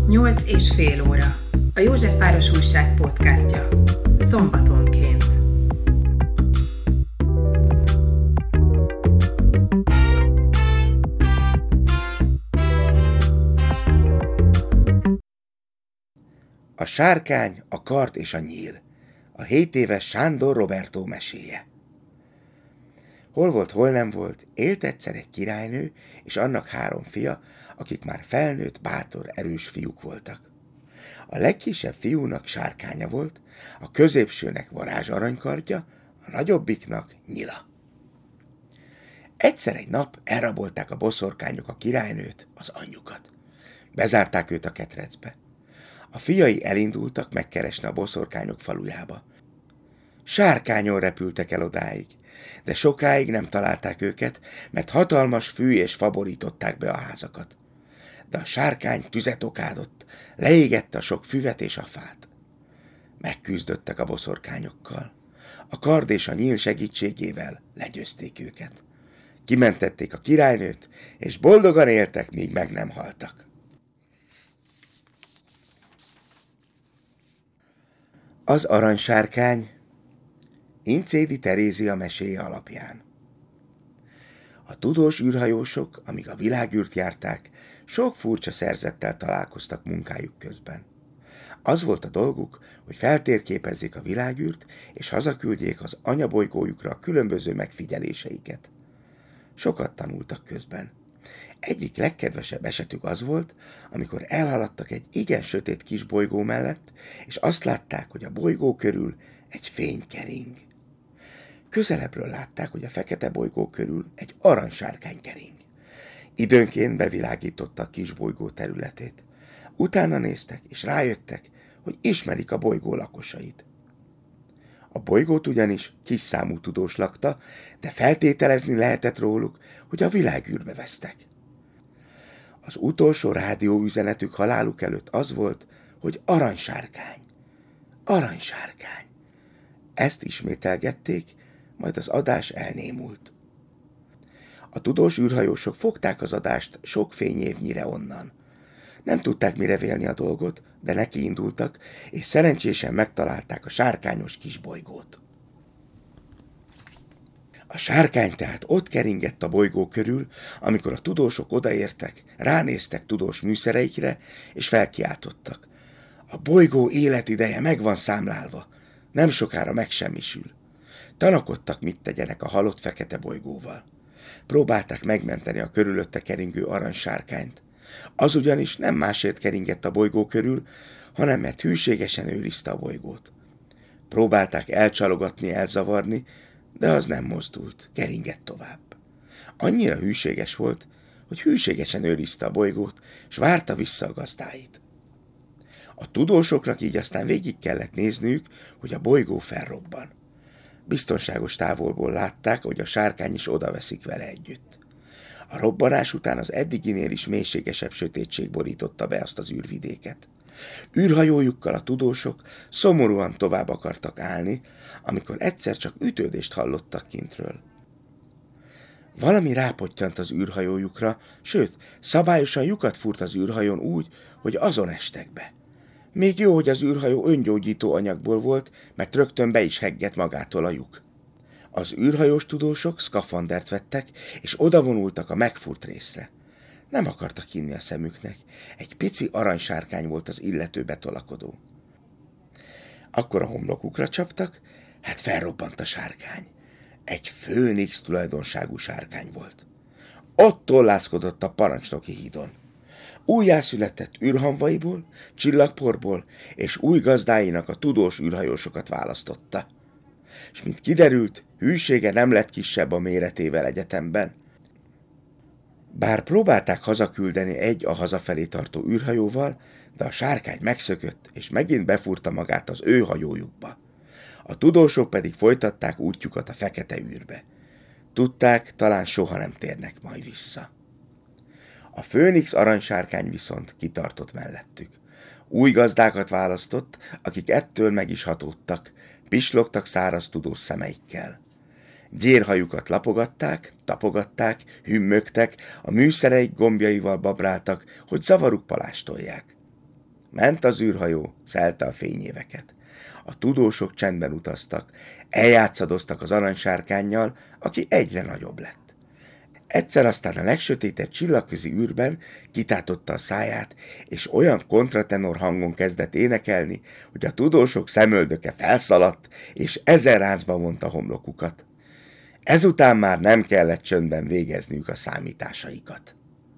8,5 óra. A Józsefváros Újság podcastja. Szombatonként. A sárkány, a kard és a nyíl. A 7 éves Sándor Roberto meséje. Hol volt, hol nem volt, élt egyszer egy királynő, és annak 3 fia, akik már felnőtt, bátor, erős fiúk voltak. A legkisebb fiúnak sárkánya volt, a középsőnek varázs aranykardja, a nagyobbiknak nyila. Egyszer egy nap elrabolták a boszorkányok a királynőt, az anyjukat. Bezárták őt a ketrecbe. A fiai elindultak megkeresni a boszorkányok falujába. Sárkányon repültek el odáig, de sokáig nem találták őket, mert hatalmas fű és fa borították be a házakat. De a sárkány tüzet okádott, leégette a sok füvet és a fát. Megküzdöttek a boszorkányokkal. A kard és a nyíl segítségével legyőzték őket. Kimentették a királynőt, és boldogan éltek, míg meg nem haltak. Az aranysárkány. Incédi Terézia meséje alapján. A tudós űrhajósok, amíg a világűrt járták, sok furcsa szerzettel találkoztak munkájuk közben. Az volt a dolguk, hogy feltérképezzék a világűrt, és hazaküldjék az anyabolygójukra a különböző megfigyeléseiket. Sokat tanultak közben. Egyik legkedvesebb esetük az volt, amikor elhaladtak egy igen sötét kis bolygó mellett, és azt látták, hogy a bolygó körül egy fény kering. Közelebbről látták, hogy a fekete bolygó körül egy aranysárkány kering. Időnként bevilágította a kis bolygó területét. Utána néztek, és rájöttek, hogy ismerik a bolygó lakosait. A bolygót ugyanis kis számú tudós lakta, de feltételezni lehetett róluk, hogy a világűrbe vesztek. Az utolsó rádióüzenetük haláluk előtt az volt, hogy aranysárkány, aranysárkány. Ezt ismételgették, majd az adás elnémult. A tudós űrhajósok fogták az adást sok fényévnyire onnan. Nem tudták mire vélni a dolgot, de nekiindultak, és szerencsésen megtalálták a sárkányos kisbolygót. A sárkány tehát ott keringett a bolygó körül, amikor a tudósok odaértek, ránéztek tudós műszereikre, és felkiáltottak. A bolygó életideje meg van számlálva, nem sokára megsemmisül. Tanakodtak, mit tegyenek a halott fekete bolygóval. Próbálták megmenteni a körülötte keringő aranysárkányt. Az ugyanis nem másért keringett a bolygó körül, hanem mert hűségesen őrizte a bolygót. Próbálták elcsalogatni, elzavarni, de az nem mozdult, keringett tovább. Annyira hűséges volt, hogy hűségesen őrizte a bolygót, és várta vissza a gazdáit. A tudósoknak így aztán végig kellett nézniük, hogy a bolygó felrobban. Biztonságos távolból látták, hogy a sárkány is odaveszik vele együtt. A robbanás után az eddiginél is mélységesebb sötétség borította be azt az űrvidéket. Űrhajójukkal a tudósok szomorúan tovább akartak állni, amikor egyszer csak ütődést hallottak kintről. Valami rápottyant az űrhajójukra, sőt, szabályosan lyukat fúrt az űrhajón úgy, hogy azon estek be. Még jó, hogy az űrhajó öngyógyító anyagból volt, mert rögtön be is heggett magától a lyuk. Az űrhajós tudósok szkafandert vettek, és odavonultak a megfúrt részre. Nem akartak hinni a szemüknek. Egy pici aranysárkány volt az illető betolakodó. Akkor a homlokukra csaptak, hát felrobbant a sárkány. Egy főnix tulajdonságú sárkány volt. Ott tollászkodott a parancsnoki hídon. Újjászületett űrhamvaiból, csillagporból és új gazdáinak a tudós űrhajósokat választotta. És mint kiderült, hűsége nem lett kisebb a méretével egyetemben. Bár próbálták hazaküldeni egy a hazafelé tartó űrhajóval, de a sárkány megszökött, és megint befúrta magát az ő hajójukba. A tudósok pedig folytatták útjukat a fekete űrbe. Tudták, talán soha nem térnek majd vissza. A főnix aranysárkány viszont kitartott mellettük. Új gazdákat választott, akik ettől meg is hatódtak, pislogtak száraz tudós szemeikkel. Gyérhajukat lapogatták, tapogatták, hümmögtek, a műszereik gombjaival babráltak, hogy zavaruk palástolják. Ment az űrhajó, szelte a fényéveket. A tudósok csendben utaztak, eljátszadoztak az aranysárkánnyal, aki egyre nagyobb lett. Egyszer aztán a legsötétebb csillagközi űrben kitátotta a száját, és olyan kontratenor hangon kezdett énekelni, hogy a tudósok szemöldöke felszaladt, és 1000 ráncba vonta homlokukat. Ezután már nem kellett csöndben végezniük a számításaikat.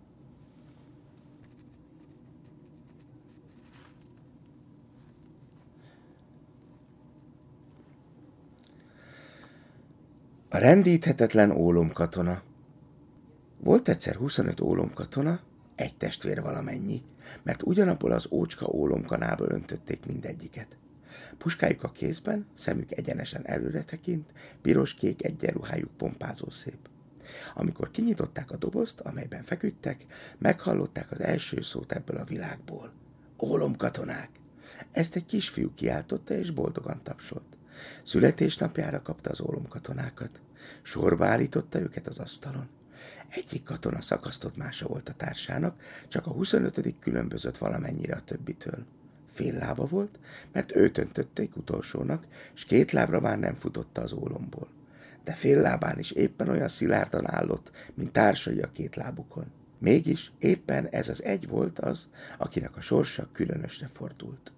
A rendíthetetlen ólomkatona. Volt egyszer 25 ólomkatona, egy testvér valamennyi, mert ugyanabból az ócska ólomkanálból öntötték mindegyiket. Puskájuk a kézben, szemük egyenesen előre tekint, piros-kék egyenruhájuk pompázó szép. Amikor kinyitották a dobozt, amelyben feküdtek, meghallották az első szót ebből a világból. Ólomkatonák! Ezt egy kisfiú kiáltotta, és boldogan tapsolt. Születésnapjára kapta az ólomkatonákat. Sorba állította őket az asztalon. Egyik katona szakasztott mása volt a társának, csak a 25. különbözött valamennyire a többitől. Fél lába volt, mert őt öntötték utolsónak, s 2 lábra már nem futotta az ólomból. De fél lábán is éppen olyan szilárdan állott, mint társai a 2 lábukon. Mégis éppen ez az egy volt az, akinek a sorsa különösre fordult.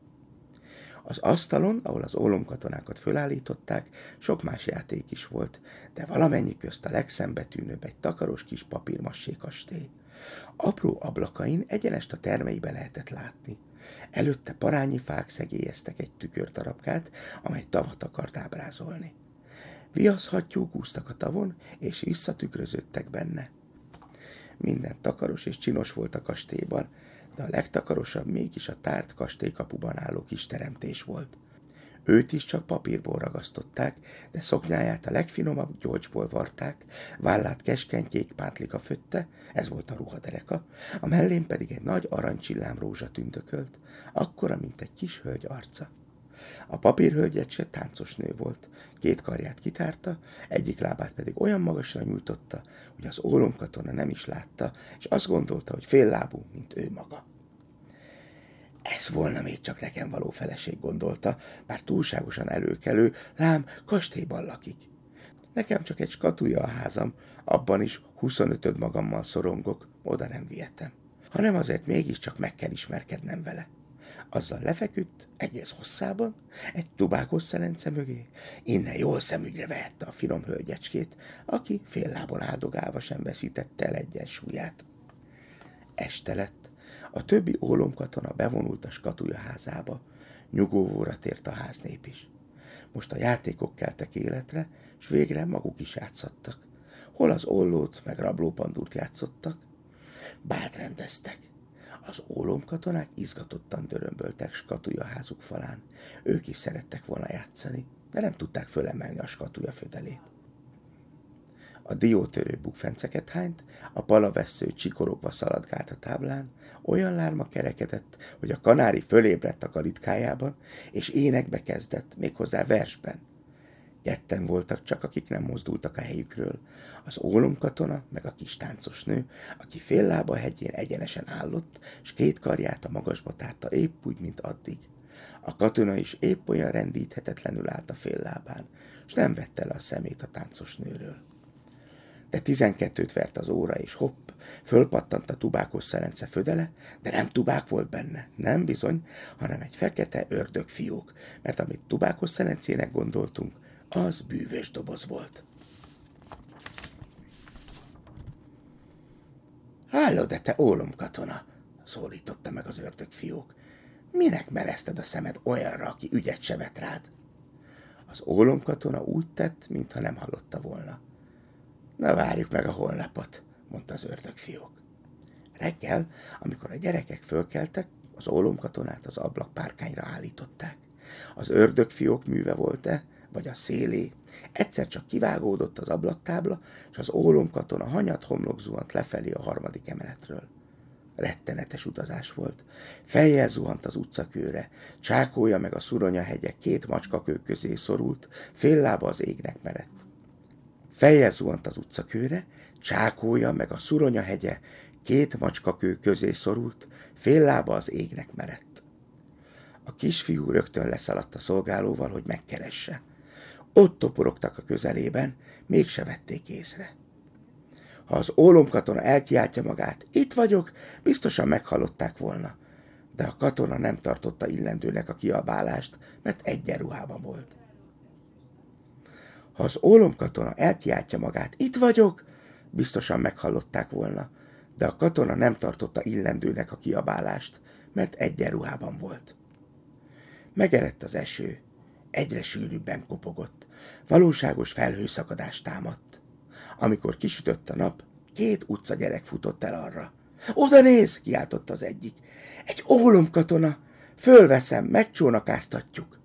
Az asztalon, ahol az ólomkatonákat fölállították, sok más játék is volt, de valamennyi közt a legszembetűnőbb egy takaros kis papírmassé kastély. Apró ablakain egyenest a termeibe lehetett látni. Előtte parányi fák szegélyeztek egy tükördarabkát, amely tavat akart ábrázolni. Viaszhattyúk úsztak a tavon, és visszatükröződtek benne. Minden takaros és csinos volt a kastélyban, de a legtakarosabb mégis a tárt kastélykapuban álló kis teremtés volt. Őt is csak papírból ragasztották, de szoknyáját a legfinomabb gyolcsból varták, vállát keskeny kék pántlika fötte, ez volt a ruhadereka, a mellén pedig egy nagy aranycsillám rózsa tündökölt, akkora, mint egy kis hölgy arca. A papírhölgyecske táncos nő volt, 2 karját kitárta, egyik lábát pedig olyan magasra nyújtotta, hogy az ólomkatona nem is látta, és azt gondolta, hogy féllábú, mint ő maga. Ez volna még csak nekem való feleség, gondolta, bár túlságosan előkelő, lám kastélyban lakik. Nekem csak egy skatuja a házam, abban is 25-öd magammal szorongok, oda nem vihetem. Hanem azért mégiscsak meg kell ismerkednem vele. Azzal lefeküdt, egész hosszában, egy tubákos szerence mögé, innen jól szemügyre vehette a finom hölgyecskét, aki fél lábon áldogálva sem veszítette el egyensúlyát. Este lett, a többi ólomkatona bevonult a skatuja házába, nyugovóra tért a háznép is. Most a játékok keltek életre, s végre maguk is játszottak. Hol az ollót, meg rablópandúrt játszottak, bált rendeztek. Az ólomkatonák izgatottan dörömböltek skatuja házuk falán. Ők is szerettek volna játszani, de nem tudták fölemelni a skatuja födelét. A diótörő bukfenceket hányt, a palavessző csikorogva szaladgált a táblán, olyan lárma kerekedett, hogy a kanári fölébredt a kalitkájában, és énekbe kezdett, méghozzá versben. 2 voltak csak, akik nem mozdultak a helyükről, az ólomkatona meg a kis táncos nő, aki fél lába hegyén egyenesen állott, s 2 karját a magasba tárta épp úgy, mint addig. A katona is épp olyan rendíthetetlenül állt a fél lábán, s nem vette le a szemét a táncos nőről. De 12-t vert az óra, és hopp, fölpattant a tubákos szerence födele, de nem tubák volt benne, nem bizony, hanem egy fekete ördögfiók, mert amit tubákos szerencének gondoltunk, az bűvös doboz volt. Hallod-e, te ólomkatona? Szólította meg az ördögfiók. Minek merezted a szemed olyanra, aki ügyet se vet rád? Az ólomkatona úgy tett, mintha nem hallotta volna. Na, várjuk meg a holnapot, mondta az ördögfiók. Reggel, amikor a gyerekek fölkeltek, az ólomkatonát az ablakpárkányra állították. Az ördögfiók műve volt-e, vagy a szélé, egyszer csak kivágódott az ablaktábla, és az ólomkatona hanyat homlok zuhant lefelé a 3. emeletről. Rettenetes utazás volt. Fejjel zuhant az utcakőre, csákója meg a Szuronyahegye 2 macskakő közé szorult, fél lába az égnek merett. Fejjel zuhant az utcakőre, csákója meg a Szuronyahegye 2 macskakő közé szorult, fél lába az égnek merett. A kisfiú rögtön leszaladt a szolgálóval, hogy megkeresse. Ott toporogtak a közelében, mégse vették észre. Ha az ólomkatona elkiáltja magát, itt vagyok, biztosan meghallották volna, de a katona nem tartotta illendőnek a kiabálást, mert egyenruhában volt. Ha az ólomkatona elkiáltja magát, itt vagyok, biztosan meghallották volna, de a katona nem tartotta illendőnek a kiabálást, mert egyenruhában volt. Megerett az eső, egyre sűrűbben kopogott, valóságos felhőszakadás támadt. Amikor kisütött a nap, 2 utcagyerek futott el arra. Oda néz, kiáltott az egyik. Egy ólomkatona, fölveszem, megcsónakáztatjuk.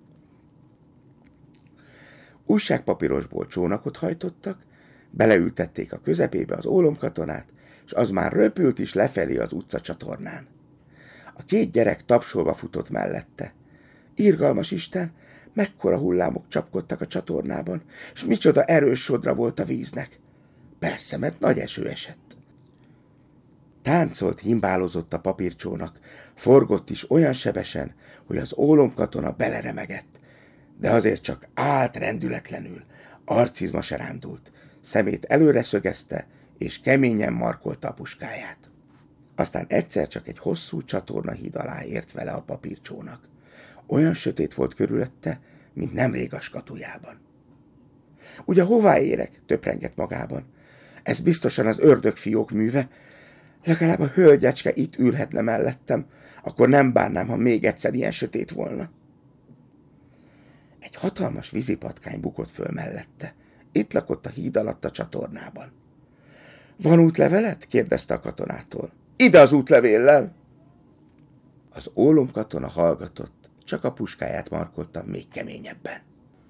Újságpapírosból csónakot hajtottak, beleültették a közepébe az ólomkatonát, és az már röpült is lefelé az utcacsatornán. A 2 gyerek tapsolva futott mellette. Irgalmas Isten, mekkora hullámok csapkodtak a csatornában, és micsoda erős sodra volt a víznek. Persze, mert nagy eső esett. Táncolt, himbálozott a papírcsónak, forgott is olyan sebesen, hogy az ólomkatona beleremegett, de azért csak állt rendületlenül, arcizma se rándult, szemét előre szögezte, és keményen markolta a puskáját. Aztán egyszer csak egy hosszú csatornahíd alá ért vele a papírcsónak. Olyan sötét volt körülötte, mint nemrég a skatujában. Ugye hová érek? Töprengett magában. Ez biztosan az ördögfiók műve. Legalább a hölgyecske itt ülhetne mellettem, akkor nem bánnám, ha még egyszer ilyen sötét volna. Egy hatalmas vízipatkány bukott föl mellette. Itt lakott a híd alatt a csatornában. Van útlevelet? Kérdezte a katonától. Ide az útlevéllel! Az ólomkatona hallgatott, csak a puskáját markolta még keményebben.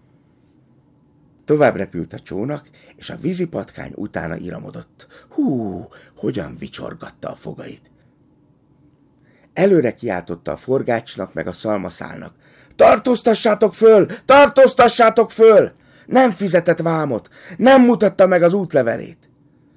Tovább repült a csónak, és a vízipatkány utána iramodott. Hú, hogyan vicsorgatta a fogait. Előre kiáltotta a forgácsnak meg a szalmaszálnak. Tartóztassátok föl! Tartóztassátok föl! Nem fizetett vámot, nem mutatta meg az útlevelét.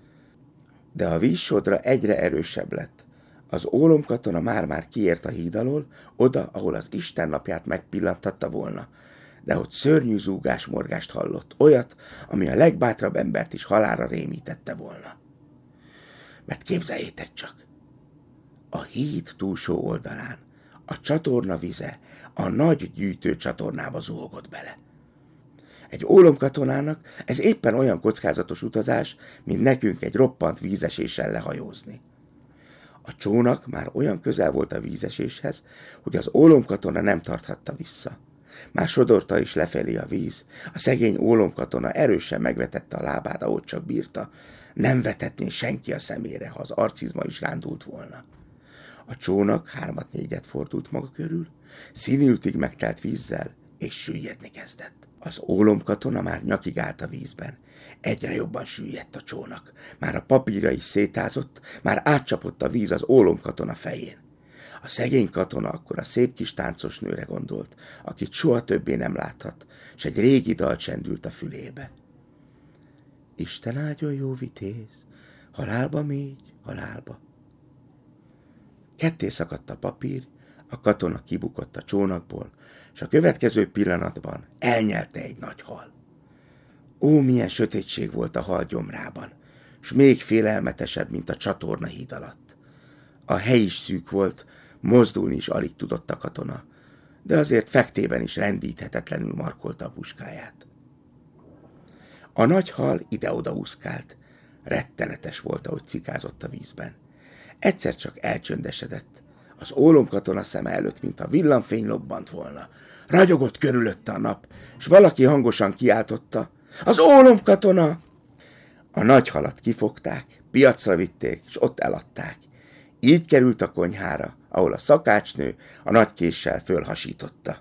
De a vízsodra egyre erősebb lett. Az ólomkatona már-már kiért a híd alól, oda, ahol az Isten napját megpillantatta volna, de ott szörnyű zúgás-morgást hallott, olyat, ami a legbátrabb embert is halálra rémítette volna. Mert képzeljétek csak, a híd túlsó oldalán a csatorna vize a nagy gyűjtő csatornába zuhogott bele. Egy ólomkatonának ez éppen olyan kockázatos utazás, mint nekünk egy roppant vízeséssel lehajózni. A csónak már olyan közel volt a vízeséshez, hogy az ólomkatona nem tarthatta vissza. Már sodorta is lefelé a víz, a szegény ólomkatona erősen megvetette a lábát, ahogy csak bírta. Nem vetetné senki a szemére, ha az arcizma is rándult volna. A csónak 3-4 fordult maga körül, színültig megtelt vízzel, és süllyedni kezdett. Az ólomkatona már nyakig állt a vízben. Egyre jobban süllyedt a csónak. Már a papírja is szétázott, már átcsapott a víz az ólomkatona fején. A szegény katona akkor a szép kis táncos nőre gondolt, akit soha többé nem láthat, s egy régi dal csendült a fülébe. Isten áldjon jó vitéz, halálba mégy, halálba. Ketté szakadt a papír, a katona kibukott a csónakból, és a következő pillanatban elnyelte egy nagy hal. Ó, milyen sötétség volt a hal gyomrában, s még félelmetesebb, mint a csatornahíd alatt. A hely is szűk volt, mozdulni is alig tudott a katona, de azért fektében is rendíthetetlenül markolta a puskáját. A nagy hal ide-oda úszkált, rettenetes volt, ahogy cikázott a vízben. Egyszer csak elcsöndesedett, az ólomkatona szeme előtt, mintha villamfény lobbant volna. Ragyogott körülötte a nap, s valaki hangosan kiáltotta, az ólomkatona! A nagy halat kifogták, piacra vitték, s ott eladták. Így került a konyhára, ahol a szakácsnő a nagy késsel fölhasította.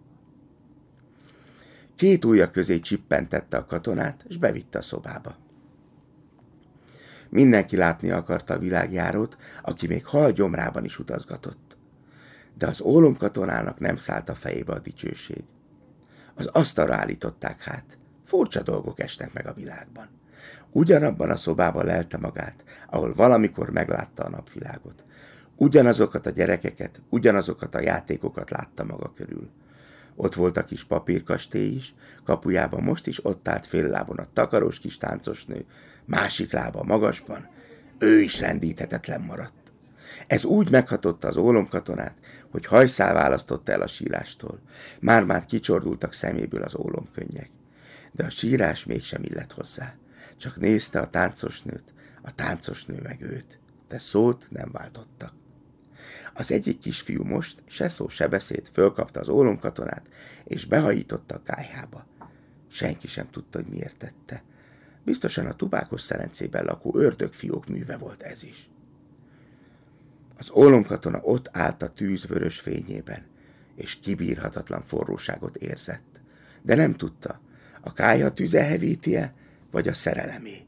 2 ujja közé csippentette a katonát, és bevitte a szobába. Mindenki látni akarta a világjárót, aki még hal gyomrában is utazgatott. De az ólomkatonának nem szállt a fejébe a dicsőség. Az asztalra állították hát. Furcsa dolgok esnek meg a világban. Ugyanabban a szobában lelte magát, ahol valamikor meglátta a napvilágot. Ugyanazokat a gyerekeket, ugyanazokat a játékokat látta maga körül. Ott volt a kis papírkastély is, kapujában most is ott állt fél lábon a takaros kis táncosnő, másik lába magasban, ő is rendíthetetlen maradt. Ez úgy meghatotta az ólomkatonát, hogy hajszál választotta el a sírástól. Már-már kicsordultak szeméből az ólomkönnyek. De a sírás mégsem illett hozzá. Csak nézte a táncosnő meg őt, de szót nem váltottak. Az egyik kisfiú most, se szó, se beszéd, fölkapta az ólomkatonát, és behajította a kályhába. Senki sem tudta, hogy miért tette. Biztosan a tubákos szelencében lakó ördögfiók műve volt ez is. Az ólomkatona ott állt a tűz vörös fényében, és kibírhatatlan forróságot érzett. De nem tudta, a kályha tüze hevíti-e, vagy a szerelemé.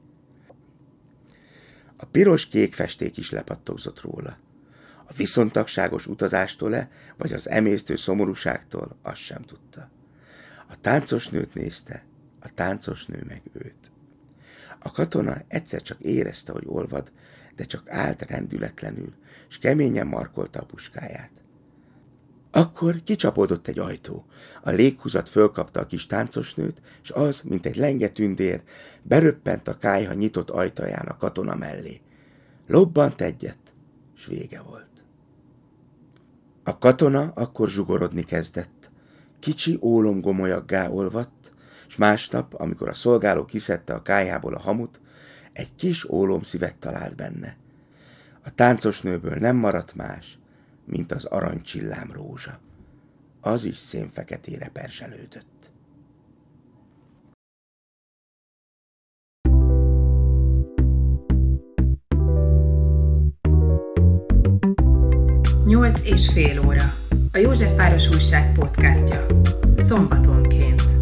A piros-kék festék is lepattogzott róla. A viszontagságos utazástól-e, vagy az emésztő szomorúságtól, azt sem tudta. A táncosnőt nézte, a táncosnő meg őt. A katona egyszer csak érezte, hogy olvad, de csak állt rendületlenül, s keményen markolta a puskáját. Akkor kicsapódott egy ajtó. A léghúzat fölkapta a kis táncosnőt, s az, mint egy lenge tündér, beröppent a kályha nyitott ajtaján a katona mellé. Lobbant egyet, s vége volt. A katona akkor zsugorodni kezdett. Kicsi ólomgomolyaggá olvadt, s másnap, amikor a szolgáló kiszedte a kályhából a hamut, egy kis ólomszívet talált benne. A táncosnőből nem maradt más, mint az aranycsillám rózsa. Az is szénfeketére perzselődött. Nyolc és fél óra. A Józsefváros Újság podcastja. Szombatonként.